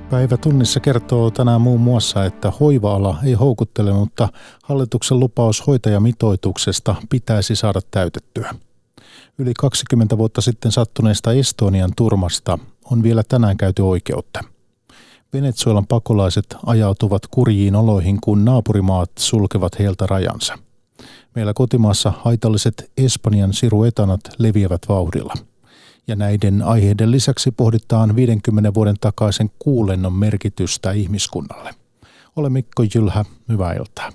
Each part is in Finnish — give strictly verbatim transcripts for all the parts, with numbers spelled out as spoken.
Päivä tunnissa kertoo tänään muun muassa, että hoiva-ala ei houkuttele, mutta hallituksen lupaus hoitajamitoituksesta pitäisi saada täytettyä. Yli kaksikymmentä vuotta sitten sattuneesta Estonian turmasta on vielä tänään käyty oikeutta. Venezuelan pakolaiset ajautuvat kurjiin oloihin, kun naapurimaat sulkevat heiltä rajansa. Meillä kotimaassa haitalliset Espanjan siruetanat leviävät vauhdilla. Ja näiden aiheiden lisäksi pohditaan viidenkymmenen vuoden takaisen kuulennon merkitystä ihmiskunnalle. Olen Mikko Jylhä, hyvää iltaa.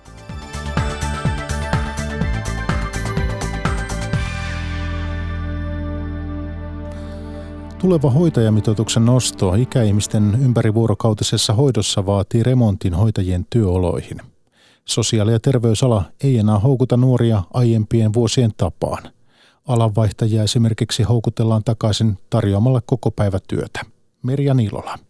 Tuleva hoitajamitoituksen nosto ikäihmisten ympärivuorokautisessa hoidossa vaatii remontin hoitajien työoloihin. Sosiaali- ja terveysala ei enää houkuta nuoria aiempien vuosien tapaan. Alanvaihtajia esimerkiksi houkutellaan takaisin tarjoamalla kokopäivätyötä. Merja Niilola.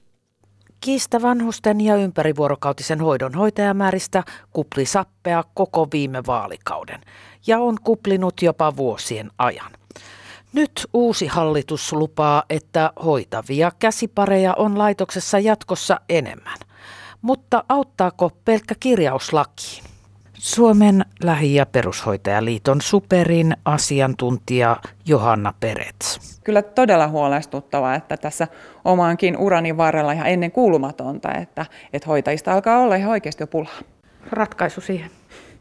Kiista vanhusten ja ympärivuorokautisen hoidon hoitajamääristä kupli sappea koko viime vaalikauden ja on kuplinut jopa vuosien ajan. Nyt uusi hallitus lupaa, että hoitavia käsipareja on laitoksessa jatkossa enemmän. Mutta auttaako pelkkä kirjaus lakiin? Suomen lähi- ja perushoitajaliiton SuPerin asiantuntija Johanna Perets. Kyllä todella huolestuttavaa, että tässä omaankin urani varrella ihan ennen kuulumatonta, että, että hoitajista alkaa olla ihan oikeasti jo pulaa. Ratkaisu siihen?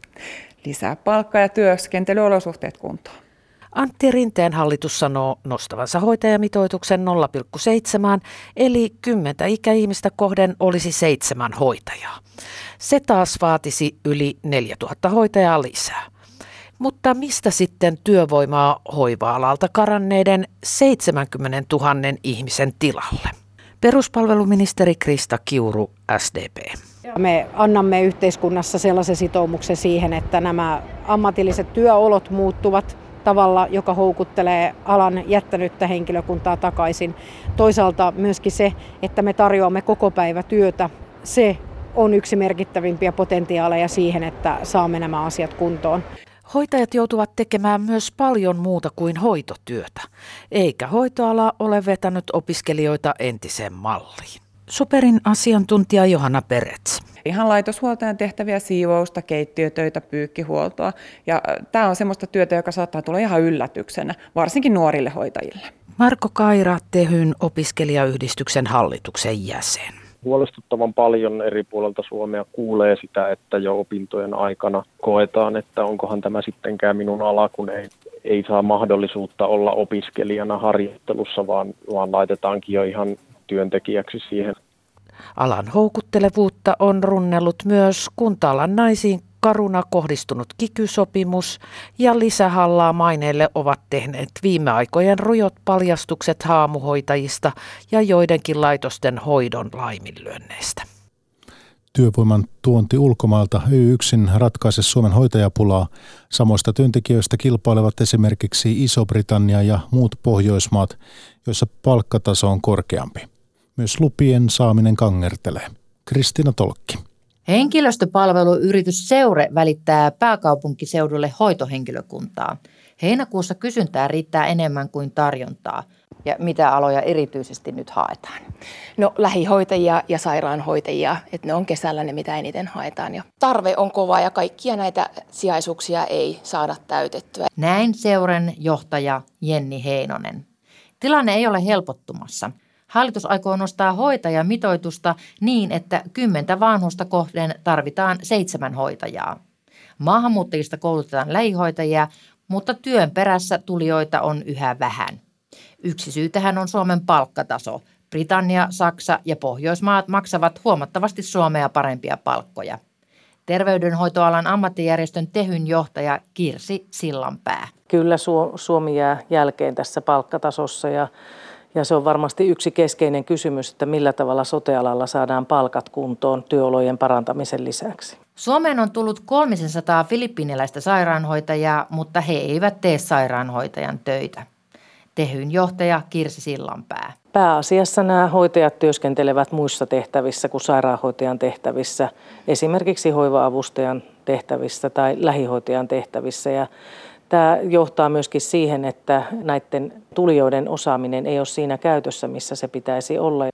Lisää palkkaa ja työskentelyolosuhteet kuntoon. Antti Rinteen hallitus sanoo nostavansa hoitajamitoituksen nolla pilkku seitsemän, eli kymmentä ikäihmistä kohden olisi seitsemän hoitajaa. Se taas vaatisi yli neljätuhatta hoitajaa lisää. Mutta mistä sitten työvoimaa hoiva-alalta karanneiden seitsemänkymmentätuhatta ihmisen tilalle? Peruspalveluministeri Krista Kiuru, S D P. Me annamme yhteiskunnassa sellaisen sitoumuksen siihen, että nämä ammatilliset työolot muuttuvat tavalla, joka houkuttelee alan jättänyttä henkilökuntaa takaisin. Toisaalta myöskin se, että me tarjoamme kokopäivätyötä, se on yksi merkittävimpiä potentiaaleja siihen, että saamme nämä asiat kuntoon. Hoitajat joutuvat tekemään myös paljon muuta kuin hoitotyötä, eikä hoitoala ole vetänyt opiskelijoita entiseen malliin. SuPerin asiantuntija Johanna Perets. Ihan laitoshuoltajan tehtäviä, siivousta, keittiötöitä, pyykkihuoltoa. Ja tämä on semmoista työtä, joka saattaa tulla ihan yllätyksenä, varsinkin nuorille hoitajille. Marko Kaira, Tehyn opiskelijayhdistyksen hallituksen jäsen. Huolestuttavan paljon eri puolilta Suomea kuulee sitä, että jo opintojen aikana koetaan, että onkohan tämä sittenkään minun ala, kun ei, ei saa mahdollisuutta olla opiskelijana harjoittelussa, vaan, vaan laitetaankin jo ihan työntekijäksi siihen. Alan houkuttelevuutta on runnellut myös kunta-alan naisiin karuna kohdistunut kiky-sopimus ja lisähallaa maineelle ovat tehneet viime aikojen rujot paljastukset haamuhoitajista ja joidenkin laitosten hoidon laiminlyönneistä. Työvoiman tuonti ulkomailta ei yksin ratkaise Suomen hoitajapulaa. Samoista työntekijöistä kilpailevat esimerkiksi Iso-Britannia ja muut Pohjoismaat, joissa palkkataso on korkeampi. Myös lupien saaminen kangertelee. Kristiina Tolkki. Henkilöstöpalveluyritys Seure välittää pääkaupunkiseudulle hoitohenkilökuntaa. Heinäkuussa kysyntää riittää enemmän kuin tarjontaa. Ja mitä aloja erityisesti nyt haetaan? No lähihoitajia ja sairaanhoitajia, että ne on kesällä ne, mitä eniten haetaan jo. Tarve on kova ja kaikkia näitä sijaisuuksia ei saada täytettyä. Näin Seuren johtaja Jenni Heinonen. Tilanne ei ole helpottumassa. Hallitus aikoo nostaa hoitajamitoitusta niin, että kymmentä vanhusta kohden tarvitaan seitsemän hoitajaa. Maahanmuuttajista koulutetaan lähihoitajia, mutta työn perässä tulijoita on yhä vähän. Yksi syy tähän on Suomen palkkataso. Britannia, Saksa ja Pohjoismaat maksavat huomattavasti Suomea parempia palkkoja. Terveydenhoitoalan ammattijärjestön Tehyn johtaja Kirsi Sillanpää. Kyllä Suomi jää jälkeen tässä palkkatasossa ja Ja se on varmasti yksi keskeinen kysymys, että millä tavalla sote-alalla saadaan palkat kuntoon työolojen parantamisen lisäksi. Suomeen on tullut kolmesataa filippiiniläistä sairaanhoitajaa, mutta he eivät tee sairaanhoitajan töitä. Tehyn johtaja Kirsi Sillanpää. Pääasiassa nämä hoitajat työskentelevät muissa tehtävissä kuin sairaanhoitajan tehtävissä, esimerkiksi hoiva-avustajan tehtävissä tai lähihoitajan tehtävissä. Ja tämä johtaa myöskin siihen, että näiden tulijoiden osaaminen ei ole siinä käytössä, missä se pitäisi olla.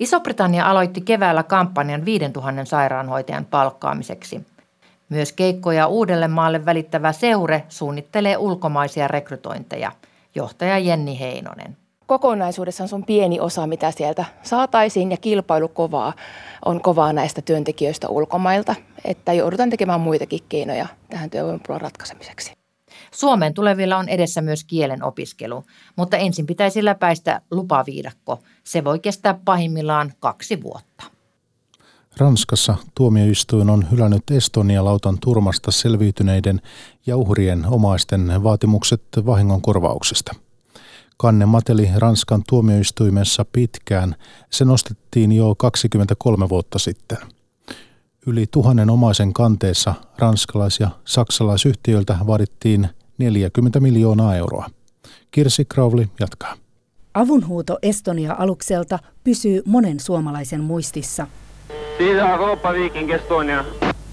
Iso-Britannia aloitti keväällä kampanjan viisituhatta sairaanhoitajan palkkaamiseksi. Myös keikkoja Uudellemaalle välittävä Seure suunnittelee ulkomaisia rekrytointeja. Johtaja Jenni Heinonen. Kokonaisuudessaan se on pieni osa, mitä sieltä saataisiin, ja kilpailu kovaa, on kovaa näistä työntekijöistä ulkomailta, että joudutaan tekemään muitakin keinoja tähän työvoimapulan ratkaisemiseksi. Suomeen tulevilla on edessä myös kielen opiskelu, mutta ensin pitäisi läpäistä lupaviidakko. Se voi kestää pahimmillaan kaksi vuotta. Ranskassa tuomioistuin on hylännyt Estonia-lautan turmasta selviytyneiden ja uhrien omaisten vaatimukset vahingonkorvauksista. Kanne mateli Ranskan tuomioistuimessa pitkään. Se nostettiin jo kaksikymmentäkolme vuotta sitten. Yli tuhannen omaisen kanteessa ranskalais- ja saksalaisyhtiöiltä vaadittiin neljäkymmentä miljoonaa euroa. Kirsi Krauli jatkaa. Avunhuuto Estonia-alukselta pysyy monen suomalaisen muistissa. Siitä Europa Viking Estonia.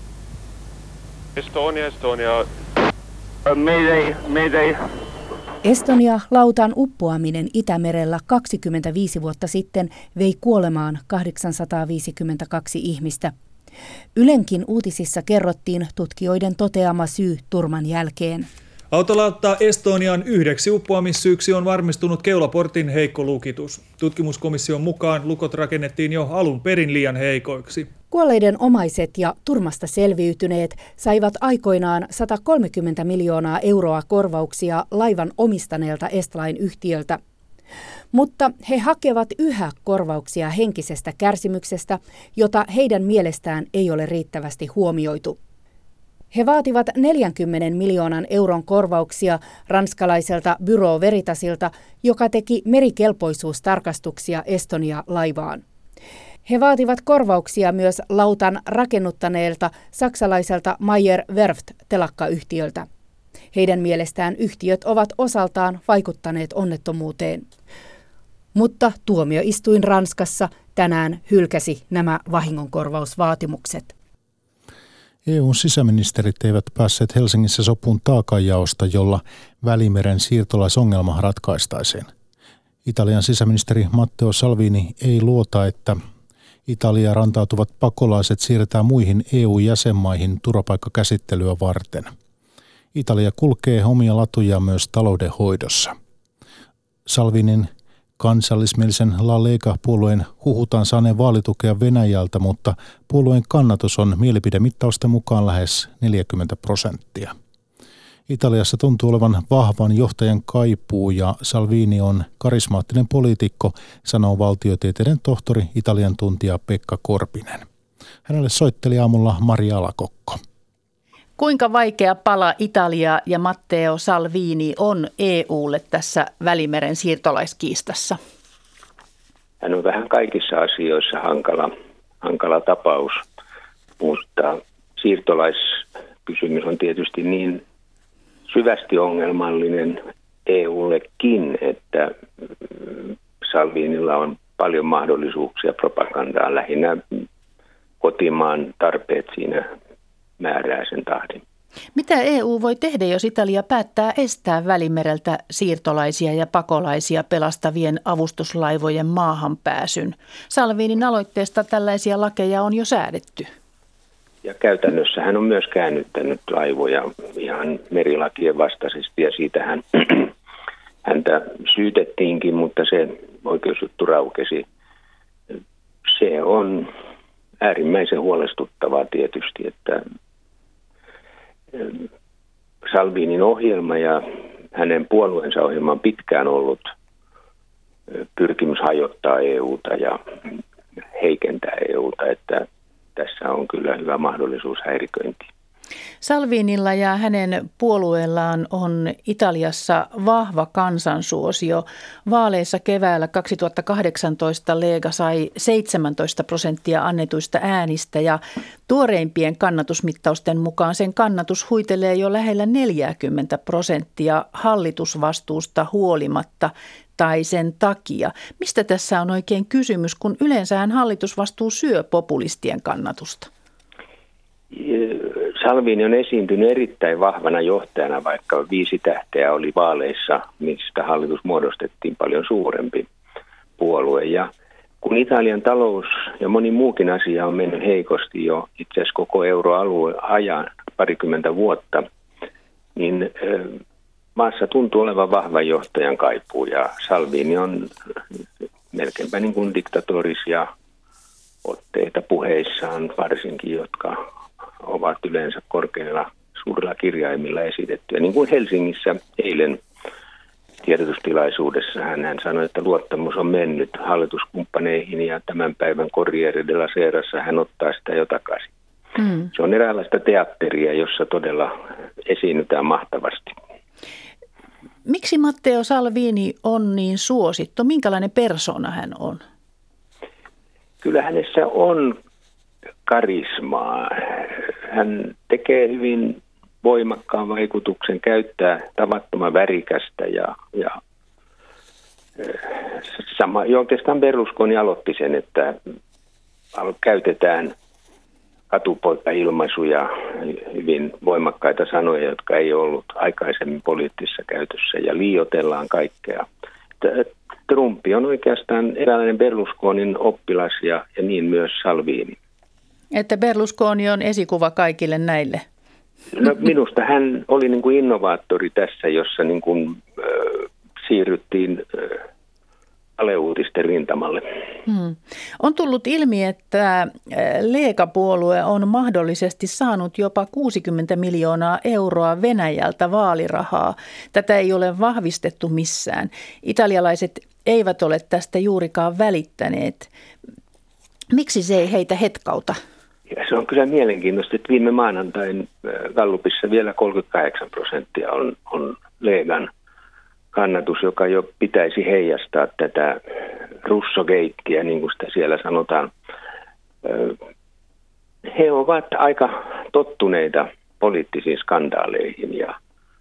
Estonia, Estonia. Mayday, Mayday. Estonia-lautan uppoaminen Itämerellä kaksikymmentäviisi vuotta sitten vei kuolemaan kahdeksansataaviisikymmentäkaksi ihmistä. Ylenkin uutisissa kerrottiin tutkijoiden toteama syy turman jälkeen. Autolautta Estonian yhdeksi uppoamissyyksi on varmistunut keulaportin heikko lukitus. Tutkimuskomission mukaan lukot rakennettiin jo alun perin liian heikoiksi. Kuolleiden omaiset ja turmasta selviytyneet saivat aikoinaan sata kolmekymmentä miljoonaa euroa korvauksia laivan omistaneelta Estline-yhtiöltä. Mutta he hakevat yhä korvauksia henkisestä kärsimyksestä, jota heidän mielestään ei ole riittävästi huomioitu. He vaativat neljänkymmenen miljoonan euron korvauksia ranskalaiselta Bureau Veritasilta, joka teki merikelpoisuustarkastuksia Estonia-laivaan. He vaativat korvauksia myös lautan rakennuttaneelta saksalaiselta Meyer Werft-telakkayhtiöltä. Heidän mielestään yhtiöt ovat osaltaan vaikuttaneet onnettomuuteen. Mutta tuomioistuin Ranskassa tänään hylkäsi nämä vahingonkorvausvaatimukset. E U:n sisäministerit eivät päässeet Helsingissä sopuun taakanjaosta, jolla Välimeren siirtolaisongelma ratkaistaisiin. Italian sisäministeri Matteo Salvini ei luota, että Italiaan rantautuvat pakolaiset siirretään muihin E U-jäsenmaihin turvapaikkakäsittelyä varten. Italia kulkee omia latujaan myös taloudenhoidossa. Salvinin kansallismielisen La Lega-puolueen huhutaan saaneen vaalitukea Venäjältä, mutta puolueen kannatus on mielipidemittausten mukaan lähes neljäkymmentä prosenttia. Italiassa tuntuu olevan vahvan johtajan kaipuu ja Salvini on karismaattinen poliitikko, sanoo valtiotieteiden tohtori, Italian tuntija Pekka Korpinen. Hänelle soitteli aamulla Maria Alakokko. Kuinka vaikea pala Italia ja Matteo Salvini on E U:lle tässä Välimeren siirtolaiskiistassa? Hän on vähän kaikissa asioissa hankala, hankala tapaus, mutta siirtolaiskysymys on tietysti niin syvästi ongelmallinen E U:llekin, että Salvinilla on paljon mahdollisuuksia propagandaan, lähinnä kotimaan tarpeet siinä määrää sen tahdin. Mitä E U voi tehdä, jos Italia päättää estää Välimereltä siirtolaisia ja pakolaisia pelastavien avustuslaivojen maahanpääsyn? Salvinin aloitteesta tällaisia lakeja on jo säädetty. Ja käytännössä hän on myös käännyttänyt laivoja ihan merilakien vastaisesti, ja siitä hän, häntä syytettiinkin, mutta se oikeusjuttu raukesi. Se on äärimmäisen huolestuttavaa tietysti, että Salvinin ohjelma ja hänen puolueensa ohjelma on pitkään ollut pyrkimys hajottaa E U:ta ja heikentää E U:ta, että tässä on kyllä hyvä mahdollisuus häiriköintiin. Salvinilla ja hänen puolueellaan on Italiassa vahva kansansuosio. Vaaleissa keväällä kaksituhattakahdeksantoista Lega sai seitsemäntoista prosenttia annetuista äänistä ja tuoreimpien kannatusmittausten mukaan sen kannatus huitelee jo lähellä neljäkymmentä prosenttia hallitusvastuusta huolimatta tai sen takia. Mistä tässä on oikein kysymys, kun yleensähän hallitusvastuu syö populistien kannatusta? Salvini on esiintynyt erittäin vahvana johtajana, vaikka viisi tähteä oli vaaleissa, mistä hallitus muodostettiin paljon suurempi puolue. Ja kun Italian talous ja moni muukin asia on mennyt heikosti jo itse asiassa koko euroalueen ajan parikymmentä vuotta, niin maassa tuntuu olevan vahvan johtajan kaipuu ja Salvini on melkeinpä niin kuin diktatorisia otteita puheissaan varsinkin, jotka ovat yleensä korkeilla suurilla kirjaimilla esitetty. Ja niin kuin Helsingissä eilen tiedotustilaisuudessa hän, hän sanoi, että luottamus on mennyt hallituskumppaneihin ja tämän päivän Corriere della Serassa hän ottaa sitä jo takaisin. Mm. Se on eräänlaista teatteria, jossa todella esiinnytään mahtavasti. Miksi Matteo Salvini on niin suosittu? Minkälainen persona hän on? Kyllä hänessä on karismaa. Hän tekee hyvin voimakkaan vaikutuksen, käyttää tavattoman värikästä ja, ja sama, oikeastaan Berlusconi aloitti sen, että käytetään katupoika-ilmaisuja, hyvin voimakkaita sanoja, jotka ei ollut aikaisemmin poliittisessa käytössä ja liioitellaan kaikkea. Trump on oikeastaan eräänlainen Berlusconin oppilas ja, ja niin myös Salvini. Että Berlusconi on esikuva kaikille näille? No, minusta hän oli niin kuin innovaattori tässä, jossa niin kuin, äh, siirryttiin äh, valeuutisten rintamalle. Hmm. On tullut ilmi, että Lega-puolue on mahdollisesti saanut jopa kuusikymmentä miljoonaa euroa Venäjältä vaalirahaa. Tätä ei ole vahvistettu missään. Italialaiset eivät ole tästä juurikaan välittäneet. Miksi se ei heitä hetkauta? Ja se on kyllä mielenkiintoista, että viime maanantain Gallupissa vielä kolmekymmentäkahdeksan prosenttia on, on Legan kannatus, joka jo pitäisi heijastaa tätä russogeittiä, niin kuin sitä siellä sanotaan. He ovat aika tottuneita poliittisiin skandaaleihin ja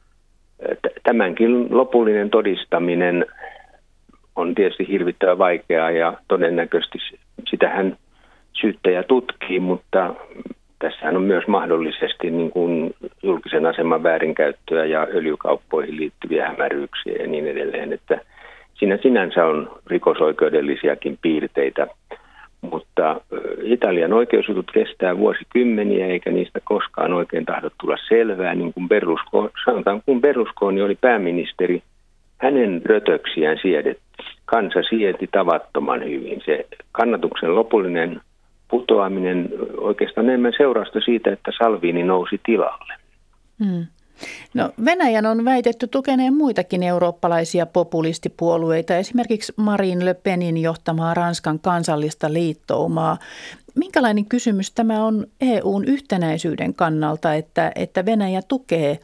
tämänkin lopullinen todistaminen on tietysti hirvittävän vaikeaa ja todennäköisesti sitähän syyttäjä tutkii, mutta tässähän on myös mahdollisesti niin kuin julkisen aseman väärinkäyttöä ja öljykauppoihin liittyviä hämäryyksiä ja niin edelleen, että siinä sinänsä on rikosoikeudellisiakin piirteitä, mutta Italian oikeusjutut kestää vuosikymmeniä eikä niistä koskaan oikein tahdo tulla selvää, niin kuin Berlusconi, sanotaan kun Berlusconi oli pääministeri, hänen rötöksiään siedet, kansa sieti tavattoman hyvin. Se kannatuksen lopullinen putoaminen oikeastaan enemmän seurausta siitä, että Salvini nousi tilalle. Hmm. No, Venäjän on väitetty tukeneen muitakin eurooppalaisia populistipuolueita, esimerkiksi Marine Le Penin johtamaa Ranskan kansallista liittoumaa. Minkälainen kysymys tämä on E U:n yhtenäisyyden kannalta, että, että Venäjä tukee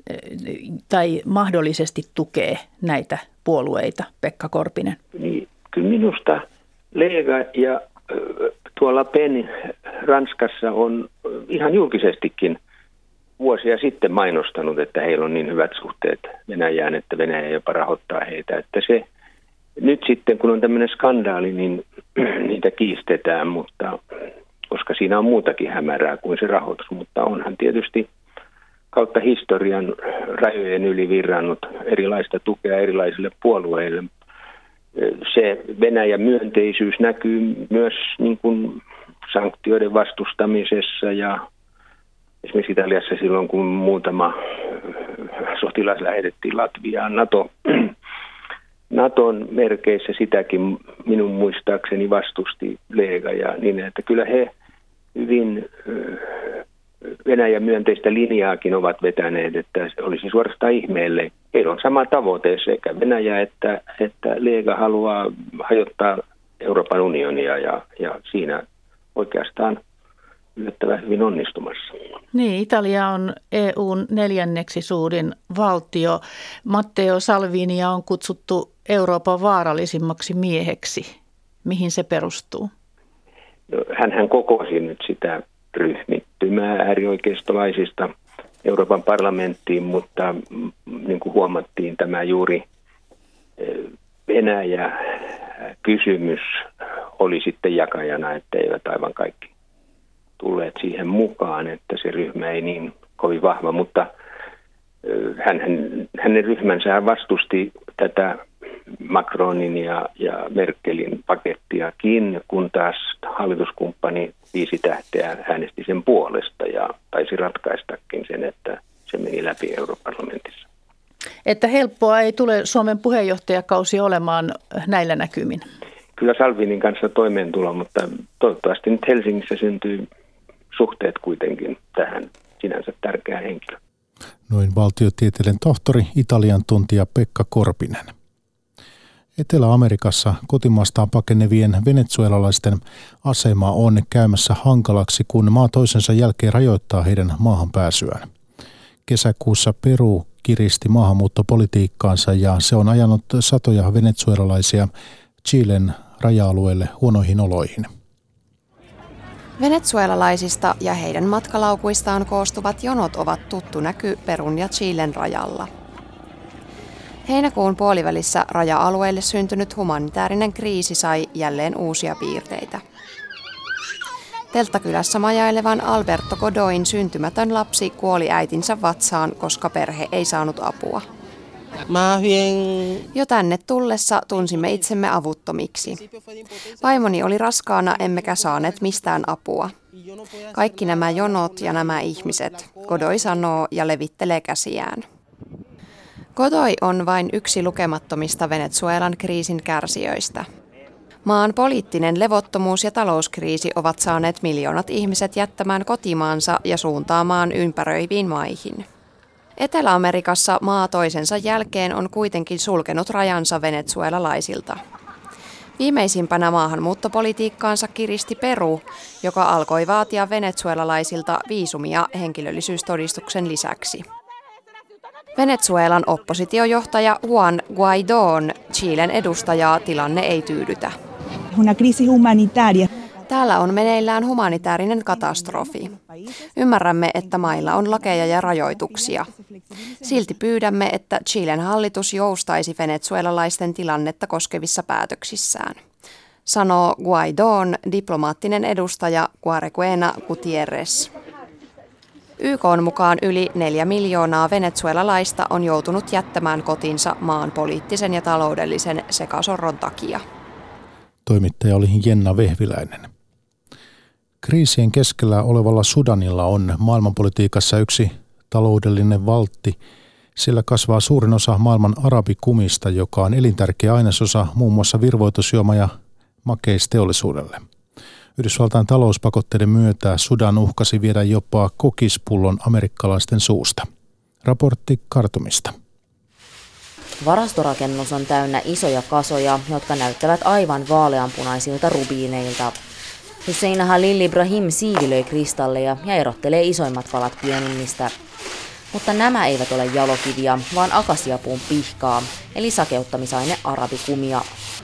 tai mahdollisesti tukee näitä puolueita, Pekka Korpinen? Niin, kyllä minusta Lega ja tuolla Pen Ranskassa on ihan julkisestikin vuosia sitten mainostanut, että heillä on niin hyvät suhteet Venäjään, että Venäjä jopa rahoittaa heitä. Että se nyt sitten, kun on tämmöinen skandaali, niin niitä kiistetään, mutta koska siinä on muutakin hämärää kuin se rahoitus, mutta onhan tietysti kautta historian rajojen yli virrannut erilaista tukea erilaisille puolueille. Se Venäjän myönteisyys näkyy myös niin kuin sanktioiden vastustamisessa ja esimerkiksi Italiassa silloin, kun muutama sotilas lähetettiin Latviaan NATO, Naton merkeissä, sitäkin minun muistaakseni vastusti Lega ja niin, että kyllä he hyvin Venäjän myönteistä linjaakin ovat vetäneet, että olisi suorastaan ihmeelle. Heillä on sama tavoite sekä Venäjä että, että Lega haluaa hajottaa Euroopan unionia ja, ja siinä oikeastaan yllättävän hyvin onnistumassa. Niin, Italia on E U:n neljänneksi suurin valtio. Matteo Salvinia on kutsuttu Euroopan vaarallisimmaksi mieheksi. Mihin se perustuu? No, hänhän kokosi nyt sitä ryhmittymää äärioikeistolaisista Euroopan parlamenttiin, mutta niin kuin huomattiin, tämä juuri Venäjä-kysymys oli sitten jakajana, että eivät aivan kaikki tulleet siihen mukaan, että se ryhmä ei niin kovin vahva, mutta hän, hän, hänen ryhmänsä vastusti tätä Macronin ja, ja Merkelin pakettiakin, kun taas hallituskumppani viisi tähteä äänesti sen puolesta ja taisi ratkaistakin sen, että se meni läpi Europarlamentissa. Että helppoa ei tule Suomen puheenjohtajakausi olemaan näillä näkymin. Kyllä Salvinin kanssa toimeentulo, mutta toivottavasti nyt Helsingissä syntyy suhteet kuitenkin tähän sinänsä tärkeään henkilöön. Noin valtiotieteiden tohtori, Italian tuntija Pekka Korpinen. Etelä-Amerikassa kotimaastaan pakenevien venezuelalaisten asema on käymässä hankalaksi, kun maa toisensa jälkeen rajoittaa heidän maahan pääsyään. Kesäkuussa Peru kiristi maahanmuuttopolitiikkaansa ja se on ajanut satoja venezuelalaisia Chilen raja-alueelle huonoihin oloihin. Venezuelalaisista ja heidän matkalaukuistaan koostuvat jonot ovat tuttu näky Perun ja Chilen rajalla. Heinäkuun puolivälissä raja-alueelle syntynyt humanitaarinen kriisi sai jälleen uusia piirteitä. Telttakylässä majailevan Alberto Godoin syntymätön lapsi kuoli äitinsä vatsaan, koska perhe ei saanut apua. Jo tänne tullessa tunsimme itsemme avuttomiksi. Vaimoni oli raskaana, emmekä saaneet mistään apua. Kaikki nämä jonot ja nämä ihmiset, Godoy sanoo ja levittelee käsiään. Godoy on vain yksi lukemattomista Venezuelan kriisin kärsijöistä. Maan poliittinen levottomuus ja talouskriisi ovat saaneet miljoonat ihmiset jättämään kotimaansa ja suuntaamaan ympäröiviin maihin. Etelä-Amerikassa maa toisensa jälkeen on kuitenkin sulkenut rajansa venezuelalaisilta. Viimeisimpänä maahanmuuttopolitiikkaansa kiristi Peru, joka alkoi vaatia venezuelalaisilta viisumia henkilöllisyystodistuksen lisäksi. Venezuelan oppositiojohtaja Juan Guaidón Chilen edustajaa tilanne ei tyydytä. Una crisis humanitaria. Täällä on meneillään humanitaarinen katastrofi. Ymmärrämme, että mailla on lakeja ja rajoituksia. Silti pyydämme, että Chilen hallitus joustaisi venezuelalaisten tilannetta koskevissa päätöksissään, sanoo Guaidón diplomaattinen edustaja Guareguena Gutierrez. Y K:n mukaan yli neljä miljoonaa venezuelalaista on joutunut jättämään kotinsa maan poliittisen ja taloudellisen sekasorron takia. Toimittaja oli Jenna Vehviläinen. Kriisien keskellä olevalla Sudanilla on maailmanpolitiikassa yksi taloudellinen valtti. Sillä kasvaa suurin osa maailman arabikumista, joka on elintärkeä ainesosa muun muassa virvoitusjuoma- ja makeisteollisuudelle. Yhdysvaltain talouspakotteiden myötä Sudan uhkasi viedä jopa kokispullon amerikkalaisten suusta. Raportti Kartumista. Varastorakennus on täynnä isoja kasoja, jotka näyttävät aivan vaaleanpunaisilta rubiineilta. Hussein Halil Ibrahim siivilöi kristalleja ja erottelee isoimmat palat pienimmistä. Mutta nämä eivät ole jalokiviä, vaan akasiapuun pihkaa, eli sakeuttamisaine arabikumia.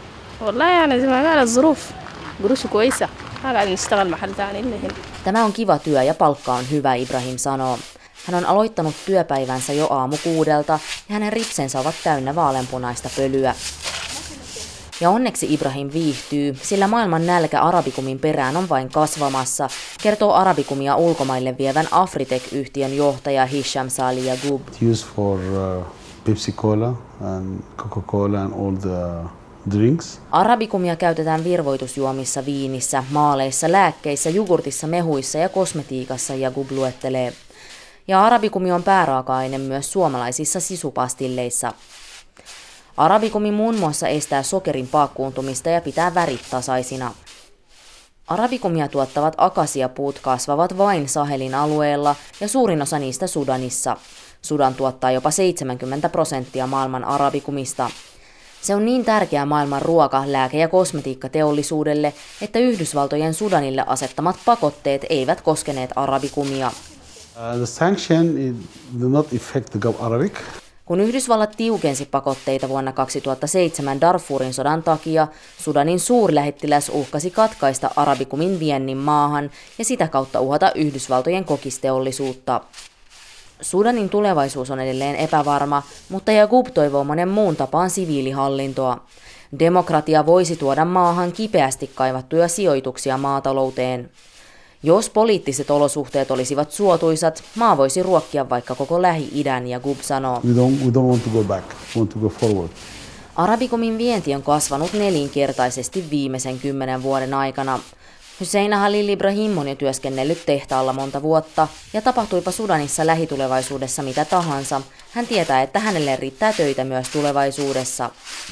Tämä on kiva työ ja palkka on hyvä, Ibrahim sanoo. Hän on aloittanut työpäivänsä jo aamukuudelta ja hänen ripsensä ovat täynnä vaaleanpunaista pölyä. Ja onneksi Ibrahim viihtyy, sillä maailman nälkä arabikumin perään on vain kasvamassa, kertoo arabikumia ulkomaille vievän Afritech-yhtiön johtaja Hisham Salih Yagoub. Used for uh, Pepsi Cola and Coca-Cola and all the drinks. Arabikumia käytetään virvoitusjuomissa, viinissä, maaleissa, lääkkeissä, jogurtissa, mehuissa ja kosmetiikassa, Yagoub luettelee. Ja arabikumi on pääraaka-aine myös suomalaisissa sisupastilleissa. Arabikumi muun muassa estää sokerin paakkuuntumista ja pitää värit tasaisina. Arabikumia tuottavat akasiapuut kasvavat vain Sahelin alueella ja suurin osa niistä Sudanissa. Sudan tuottaa jopa seitsemänkymmentä prosenttia maailman arabikumista. Se on niin tärkeä maailman ruoka-, lääke- ja kosmetiikkateollisuudelle, että Yhdysvaltojen Sudanille asettamat pakotteet eivät koskeneet arabikumia. Uh, the sanction did not affect the Arabic. Kun Yhdysvallat tiukensi pakotteita vuonna kaksituhattaseitsemän Darfurin sodan takia, Sudanin suurlähettiläs uhkasi katkaista arabikumin viennin maahan ja sitä kautta uhata Yhdysvaltojen kokisteollisuutta. Sudanin tulevaisuus on edelleen epävarma, mutta Yagoub toivoo monen muun tapaan siviilihallintoa. Demokratia voisi tuoda maahan kipeästi kaivattuja sijoituksia maatalouteen. Jos poliittiset olosuhteet olisivat suotuisat, maa voisi ruokkia vaikka koko Lähi-idän, Yagoub sanoo. We don't, we don't want to go back. We want to go forward. Arabikumin vienti on kasvanut nelinkertaisesti viimeisen kymmenen vuoden aikana. Hussein Halil Ibrahim on jo työskennellyt tehtaalla monta vuotta, ja tapahtuipa Sudanissa lähitulevaisuudessa mitä tahansa, hän tietää, että hänelle riittää töitä myös tulevaisuudessa.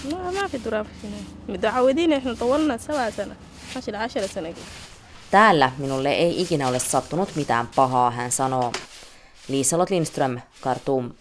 Täällä minulle ei ikinä ole sattunut mitään pahaa, hän sanoo. Liselott Lindström, Khartoum.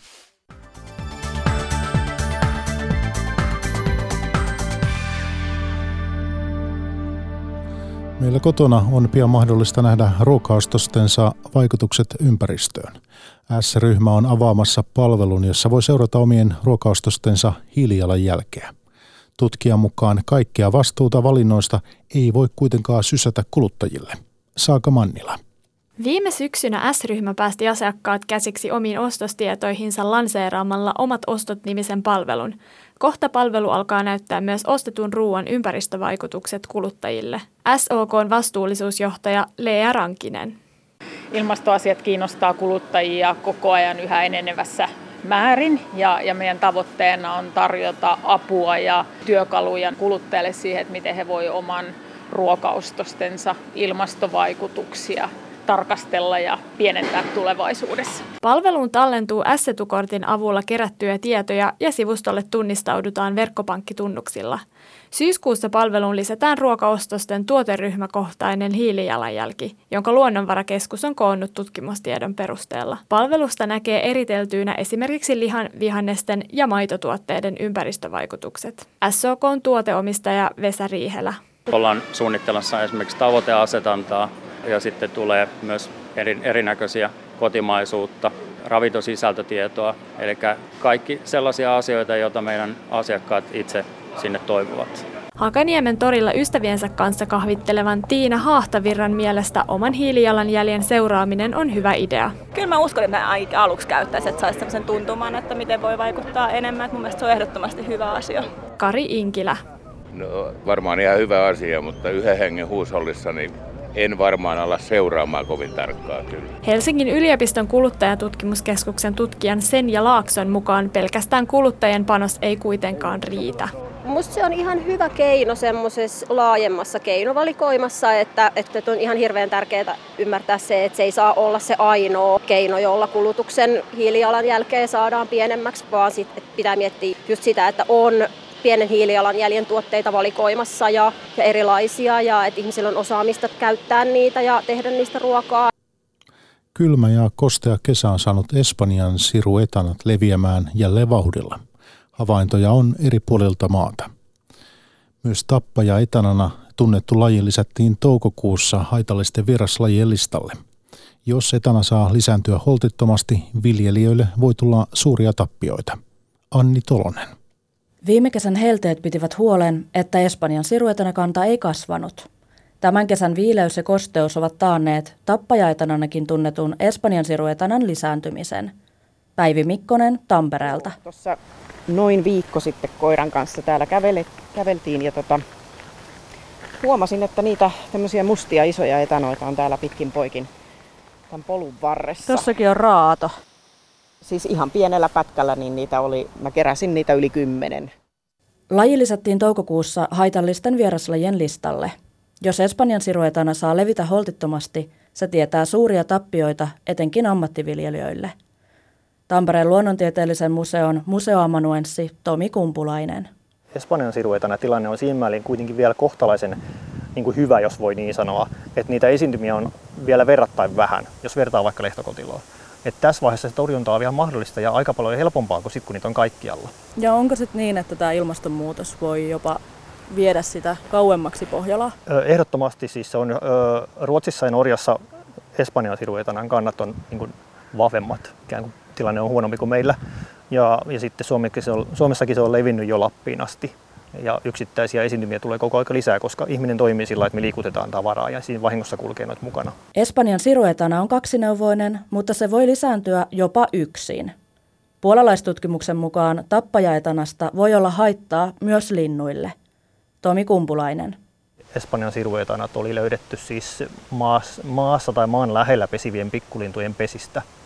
Meillä kotona on pian mahdollista nähdä ruokaostostensa vaikutukset ympäristöön. S-ryhmä on avaamassa palvelun, jossa voi seurata omien ruokaostostensa hiilijalanjälkeä. Tutkijan mukaan kaikkea vastuuta valinnoista ei voi kuitenkaan sysätä kuluttajille. Saaka Mannila. Viime syksynä S-ryhmä päästi asiakkaat käsiksi omiin ostostietoihinsa lanseeraamalla Omat ostot-nimisen palvelun. Kohta palvelu alkaa näyttää myös ostetun ruoan ympäristövaikutukset kuluttajille. S O K:n vastuullisuusjohtaja Lea Rankinen. Ilmastoasiat kiinnostaa kuluttajia koko ajan yhä enenevässä määrin ja, ja meidän tavoitteena on tarjota apua ja työkaluja kuluttajille siihen, että miten he voi oman ruokaostostensa ilmastovaikutuksia tarkastella ja pienentää tulevaisuudessa. Palveluun tallentuu S-etukortin avulla kerättyjä tietoja ja sivustolle tunnistaudutaan verkkopankkitunnuksilla. Syyskuussa palveluun lisätään ruokaostosten tuoteryhmäkohtainen hiilijalanjälki, jonka Luonnonvarakeskus on koonnut tutkimustiedon perusteella. Palvelusta näkee eriteltyinä esimerkiksi lihan, vihannesten ja maitotuotteiden ympäristövaikutukset. S O K:n tuoteomistaja Vesa Riihelä. Ollaan suunnittelussa esimerkiksi tavoiteasetantaa ja sitten tulee myös eri, erinäköisiä kotimaisuutta, ravintosisältötietoa, eli kaikki sellaisia asioita, joita meidän asiakkaat itse sinne toivovat. Hakaniemen torilla ystäviensä kanssa kahvittelevan Tiina Haahtavirran mielestä oman hiilijalanjäljen seuraaminen on hyvä idea. Kyllä mä uskon, että mä aluksi käyttäisin, että saisi sellaisen tuntuman, että miten voi vaikuttaa enemmän. Että mun mielestä se on ehdottomasti hyvä asia. Kari Inkilä. No, varmaan ihan hyvä asia, mutta yhden hengen huushollissa niin en varmaan ala seuraamaan kovin tarkkaan kyllä. Helsingin yliopiston kuluttajatutkimuskeskuksen tutkijan Senja Laakson mukaan pelkästään kuluttajien panos ei kuitenkaan riitä. Musta se on ihan hyvä keino semmoisessa laajemmassa keinovalikoimassa, että, että on ihan hirveän tärkeää ymmärtää se, että se ei saa olla se ainoa keino, jolla kulutuksen hiilijalanjälkeä saadaan pienemmäksi, vaan sit, että pitää miettiä just sitä, että on pienen hiilijalanjäljen tuotteita valikoimassa ja, ja erilaisia ja että ihmisillä on osaamista käyttää niitä ja tehdä niistä ruokaa. Kylmä ja kostea kesä on saanut Espanjan siruetanat leviämään jälleen vauhdilla. Havaintoja on eri puolilta maata. Myös tappaja etanana tunnettu laji lisättiin toukokuussa haitallisten vieraslajien listalle. Jos etana saa lisääntyä holtittomasti, viljelijöille voi tulla suuria tappioita. Anni Tolonen. Viime kesän helteet pitivät huolen, että Espanjan siruetanakanta ei kasvanut. Tämän kesän viileys ja kosteus ovat taanneet tappajaetananakin tunnetun Espanjan siruetanan lisääntymisen. Päivi Mikkonen Tampereelta. Tuossa noin viikko sitten koiran kanssa täällä kävele, käveltiin ja tota, huomasin, että niitä tämmöisiä mustia isoja etanoita on täällä pitkin poikin tämän polun varressa. Tossakin on raato. Siis ihan pienellä pätkällä niin niitä oli, mä keräsin niitä yli kymmenen. Laji lisättiin toukokuussa haitallisten vieraslajien listalle. Jos Espanjan siruetana saa levitä holtittomasti, se tietää suuria tappioita etenkin ammattiviljelijöille. Tampereen luonnontieteellisen museon museoamanuenssi Tomi Kumpulainen. Espanjan siruetana tilanne on siinä määrin kuitenkin vielä kohtalaisen niin kuin hyvä, jos voi niin sanoa, että niitä esiintymiä on vielä verrattain vähän, jos vertaa vaikka lehtokotiloon. Että tässä vaiheessa se torjunta on vielä mahdollista ja aika paljon helpompaa kuin sitten, kun niitä on kaikkialla. Ja onko sitten niin, että tämä ilmastonmuutos voi jopa viedä sitä kauemmaksi Pohjolaa? Ehdottomasti siis se on Ruotsissa ja Norjassa Espanjan siruetanan kannat on niin kuin vahvemmat, ikään kuin tilanne on huonompi kuin meillä. Ja, ja sitten se on, Suomessakin se on levinnyt jo Lappiin asti. Ja yksittäisiä esiintymiä tulee koko ajan lisää, koska ihminen toimii sillä, että me liikutetaan tavaraa ja siinä vahingossa kulkee noita mukana. Espanjan siruetana on kaksineuvoinen, mutta se voi lisääntyä jopa yksin. Puolalaistutkimuksen mukaan tappajaetanasta voi olla haittaa myös linnuille. Tomi Kumpulainen. Espanjan siruetanat oli löydetty siis maassa tai maan lähellä pesivien pikkulintujen pesistä.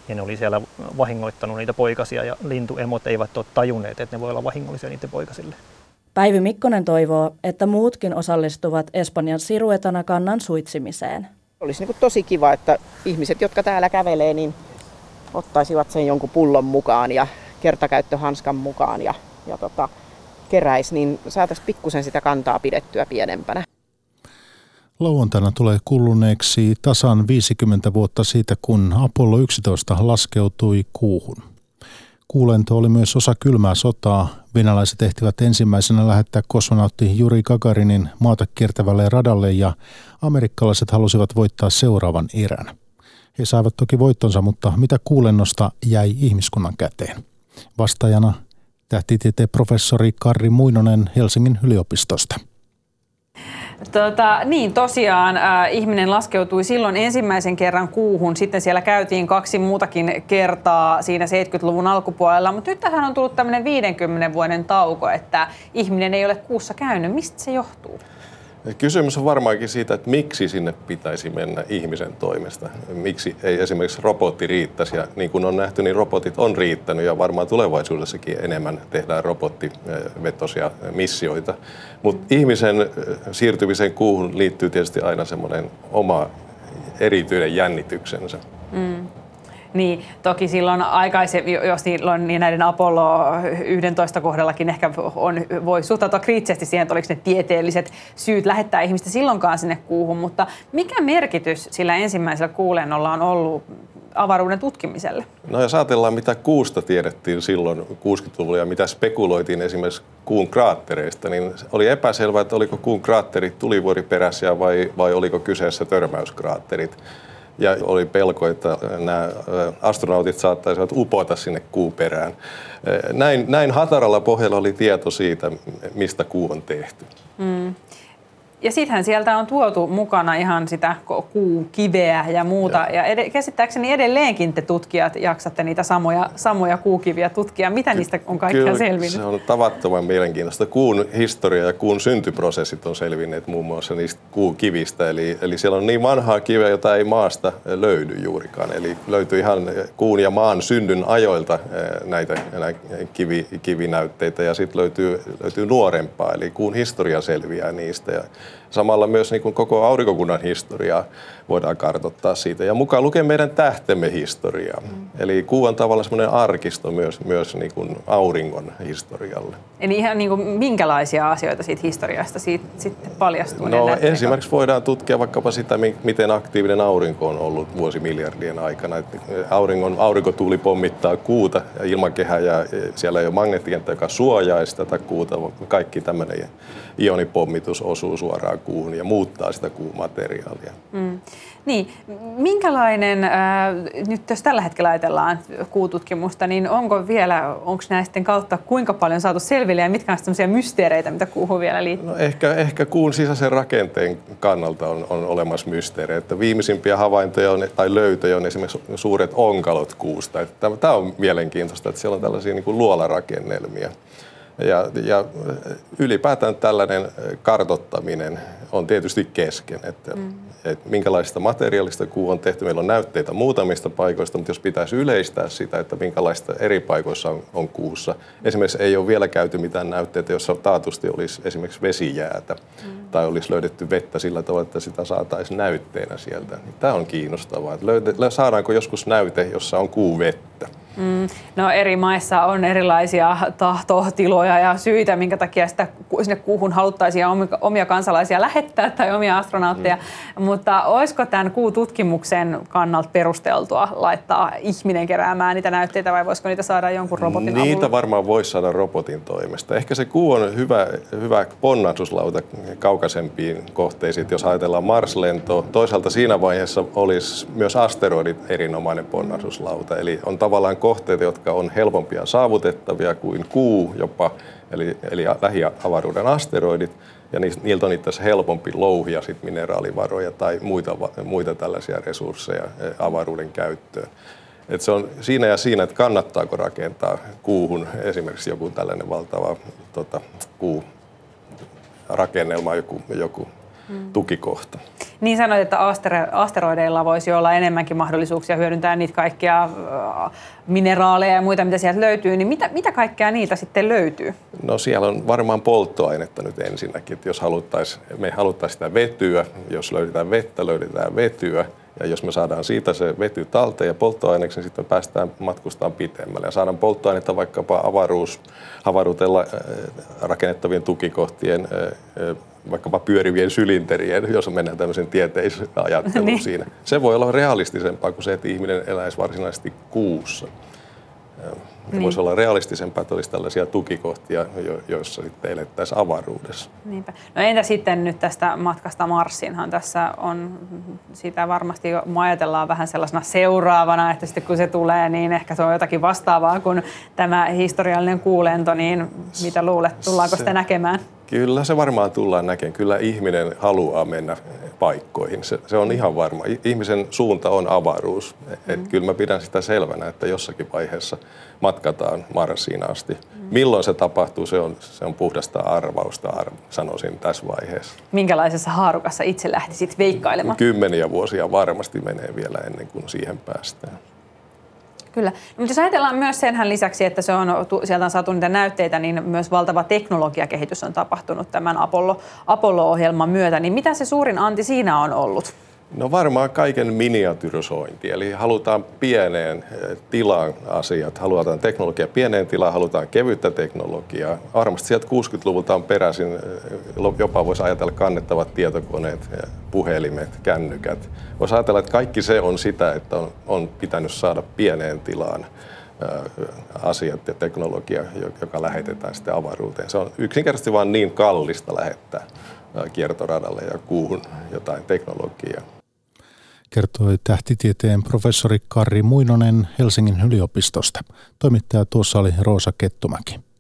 ja ne oli siellä vahingoittanut niitä poikasia ja lintuemot eivät ole tajunneet, että ne voi olla vahingollisia niiden poikasille. Päivi Mikkonen toivoo, että muutkin osallistuvat Espanjan siruetanakannan suitsimiseen. Olisi niin tosi kiva, että ihmiset, jotka täällä kävelee, niin ottaisivat sen jonkun pullon mukaan ja kertakäyttöhanskan mukaan ja, ja tota, keräisi, niin saataisiin pikkusen sitä kantaa pidettyä pienempänä. Lauantaina tulee kuluneeksi tasan viisikymmentä vuotta siitä, kun Apollo yksitoista laskeutui kuuhun. Kuulento oli myös osa kylmää sotaa. Venäläiset ehtivät ensimmäisenä lähettää kosmonautti Juri Gagarinin maata kiertävälle radalle ja amerikkalaiset halusivat voittaa seuraavan erän. He saivat toki voittonsa, mutta mitä kuulennosta jäi ihmiskunnan käteen? Vastaajana tähtitieteen professori Karri Muinonen Helsingin yliopistosta. Tota, niin, tosiaan äh, ihminen laskeutui silloin ensimmäisen kerran kuuhun, sitten siellä käytiin kaksi muutakin kertaa siinä seitsemänkymmentäluvun alkupuolella, mutta nyt tähän on tullut tämmöinen viidenkymmenen vuoden tauko, että ihminen ei ole kuussa käynyt. Mistä se johtuu? Kysymys on varmaankin siitä, että miksi sinne pitäisi mennä ihmisen toimesta. Miksi ei esimerkiksi robotti riittäisi. Ja niin kuin on nähty, niin robotit on riittänyt ja varmaan tulevaisuudessakin enemmän tehdään robottivetoisia missioita. Mutta ihmisen siirtymiseen kuuhun liittyy tietysti aina semmoinen oma erityinen jännityksensä. Mm. Niin, toki silloin aikaisemmin, jos silloin niin näiden Apollo yksitoista kohdallakin ehkä on, voi suhtautua kriittisesti siihen, että oliko ne tieteelliset syyt lähettää ihmistä silloinkaan sinne kuuhun, mutta mikä merkitys sillä ensimmäisellä kuulennolla on ollut avaruuden tutkimiselle? No jos ajatellaan, mitä kuusta tiedettiin silloin kuusikymmentäluvulla ja mitä spekuloitiin esimerkiksi kuun kraattereista, niin oli epäselvää, että oliko kuun kraatterit tulivuoriperäisiä vai, vai oliko kyseessä törmäyskraatterit. Ja oli pelko, että nämä astronautit saattaisivat upota sinne kuuperään. Näin, näin hataralla pohjalla oli tieto siitä, mistä kuu on tehty. Mm. Ja sittenhän sieltä on tuotu mukana ihan sitä kuukiveä ja muuta. Ja, ja ed- käsittääkseni edelleenkin te tutkijat jaksatte niitä samoja, samoja kuukiviä tutkia. Mitä niistä on kaikkea Kyllä, selvinnyt? Se on tavattoman mielenkiintoista. Kuun historia ja kuun syntyprosessit on selvinneet muun muassa niistä kuukivistä. Eli, eli siellä on niin vanhaa kiveä, jota ei maasta löydy juurikaan. Eli löytyy ihan kuun ja maan synnyn ajoilta näitä, näitä kivi, kivinäytteitä. Ja sitten löytyy, löytyy nuorempaa, eli kuun historia selviää niistä. Ja samalla myös niin kuin koko aurinkokunnan historiaa voidaan kartoittaa siitä. Ja mukaan lukee meidän tähtemme historiaa. Mm. Eli kuu on tavallaan semmoinen arkisto myös, myös niin kuin auringon historialle. Eli ihan niin kuin minkälaisia asioita siitä historiasta siitä sitten paljastuu? No esimerkiksi voidaan tutkia vaikkapa sitä, miten aktiivinen aurinko on ollut vuosimiljardien aikana. Auringon, aurinkotuuli pommittaa kuuta ja ilmakehää ja siellä ei ole magneettikenttä, joka suojaisi tätä kuuta. Kaikki tämmöinen ionipommitus osuu suoraan kuuhun ja muuttaa sitä kuumateriaalia. Mm. Niin, minkälainen, äh, nyt jos tällä hetkellä ajatellaan kuututkimusta, niin onko vielä, onko näisten kautta kuinka paljon saatu selville ja mitkä on sellaisia mysteereitä, mitä kuuhun vielä liittyy? No ehkä, ehkä kuun sisäisen rakenteen kannalta on, on olemassa mysteereitä. Viimeisimpiä havaintoja on, tai löytöjä on esimerkiksi suuret onkalot kuusta. Tämä on mielenkiintoista, että siellä on tällaisia niin kuin luolarakennelmia. Ja, ja ylipäätään tällainen kartoittaminen on tietysti kesken, että, mm. että minkälaista materiaalista kuu on tehty. Meillä on näytteitä muutamista paikoista, mutta jos pitäisi yleistää sitä, että minkälaista eri paikoissa on, on kuussa. Esimerkiksi ei ole vielä käyty mitään näytteitä, jossa taatusti olisi esimerkiksi vesijäätä mm. tai olisi löydetty vettä sillä tavalla, että sitä saataisiin näytteenä sieltä. Tämä on kiinnostavaa. Että saadaanko joskus näyte, jossa on kuuvettä? Mm. No eri maissa on erilaisia tahtotiloja ja syitä, minkä takia sitä, sinne kuuhun haluttaisiin omia kansalaisia lähettää tai omia astronautteja. Mm. Mutta olisiko tämän kuututkimuksen kannalta perusteltua laittaa ihminen keräämään niitä näytteitä vai voisiko niitä saada jonkun robotin niitä avulla? Niitä varmaan voisi saada robotin toimesta. Ehkä se kuu on hyvä, hyvä ponnahduslauta kaukaisempiin kohteisiin, jos ajatellaan Mars-lentoa. Toisaalta siinä vaiheessa olisi myös asteroidit erinomainen ponnahduslauta. Eli on tavallaan kohteita, jotka on helpompia saavutettavia kuin kuu jopa, eli, eli lähiavaruuden asteroidit, ja niiltä on itse asiassa helpompi louhia sit mineraalivaroja tai muita, muita tällaisia resursseja avaruuden käyttöön. Et se on siinä ja siinä, että kannattaako rakentaa kuuhun esimerkiksi joku tällainen valtava tota, kuurakennelma, joku, joku hmm. tukikohta. Niin sanoit, että asteroideilla voisi olla enemmänkin mahdollisuuksia hyödyntää niitä kaikkia mineraaleja ja muita, mitä sieltä löytyy. Niin mitä, mitä kaikkea niitä sitten löytyy? No siellä on varmaan polttoainetta nyt ensinnäkin. Että jos haluttaisiin, me haluttaisiin sitä vetyä, jos löydetään vettä, löydetään vetyä. Ja jos me saadaan siitä se vety talteen ja polttoaineeksi, niin sitten me päästään matkustamaan pitemmälle. Ja saadaan polttoainetta vaikkapa avaruus, avaruuteen rakennettavien tukikohtien, vaikkapa pyörivien sylinterien, jos mennään tämmöisen tieteisen ajatteluun niin. Siinä. Se voi olla realistisempaa kuin se, että ihminen eläisi varsinaisesti kuussa. Niin. Voisi olla realistisempaa, että olisi tällaisia tukikohtia, joissa sitten elettäisiin avaruudessa. Niinpä. No entä sitten nyt tästä matkasta Marsiinhan tässä on, sitä varmasti jo ajatellaan vähän sellaisena seuraavana, että sitten kun se tulee, niin ehkä se on jotakin vastaavaa kuin tämä historiallinen kuulento, niin mitä luulet, tullaanko sitä näkemään? Kyllä se varmaan tullaan näkemään. Kyllä ihminen haluaa mennä paikkoihin. Se, se on ihan varma. Ihmisen suunta on avaruus. Mm-hmm. Et kyllä mä pidän sitä selvänä, että jossakin vaiheessa matkataan Marsiin asti. Mm-hmm. Milloin se tapahtuu, se on, se on puhdasta arvausta, arv, sanoisin tässä vaiheessa. Minkälaisessa haarukassa itse lähtisit veikkailemaan? Kymmeniä vuosia varmasti menee vielä ennen kuin siihen päästään. Kyllä. No, mutta jos ajatellaan myös senhän lisäksi, että se on, sieltä on saatu niitä näytteitä, niin myös valtava teknologiakehitys on tapahtunut tämän Apollo, Apollo-ohjelman myötä. Niin mitä se suurin anti siinä on ollut? No varmaan kaiken miniatyrisointi, eli halutaan pieneen tilaan asiat, halutaan teknologiaa pieneen tilaan, halutaan kevyttä teknologiaa. Varmasti sieltä kuusikymmentäluvulta on peräisin, jopa voisi ajatella kannettavat tietokoneet, puhelimet, kännykät. Voisi ajatella, että kaikki se on sitä, että on, on pitänyt saada pieneen tilaan asiat ja teknologia, joka lähetetään sitten avaruuteen. Se on yksinkertaisesti vaan niin kallista lähettää kiertoradalle ja kuuhun jotain teknologiaa. Kertoi tähtitieteen professori Karri Muinonen Helsingin yliopistosta. Toimittaja tuossa oli Roosa Kettumäki.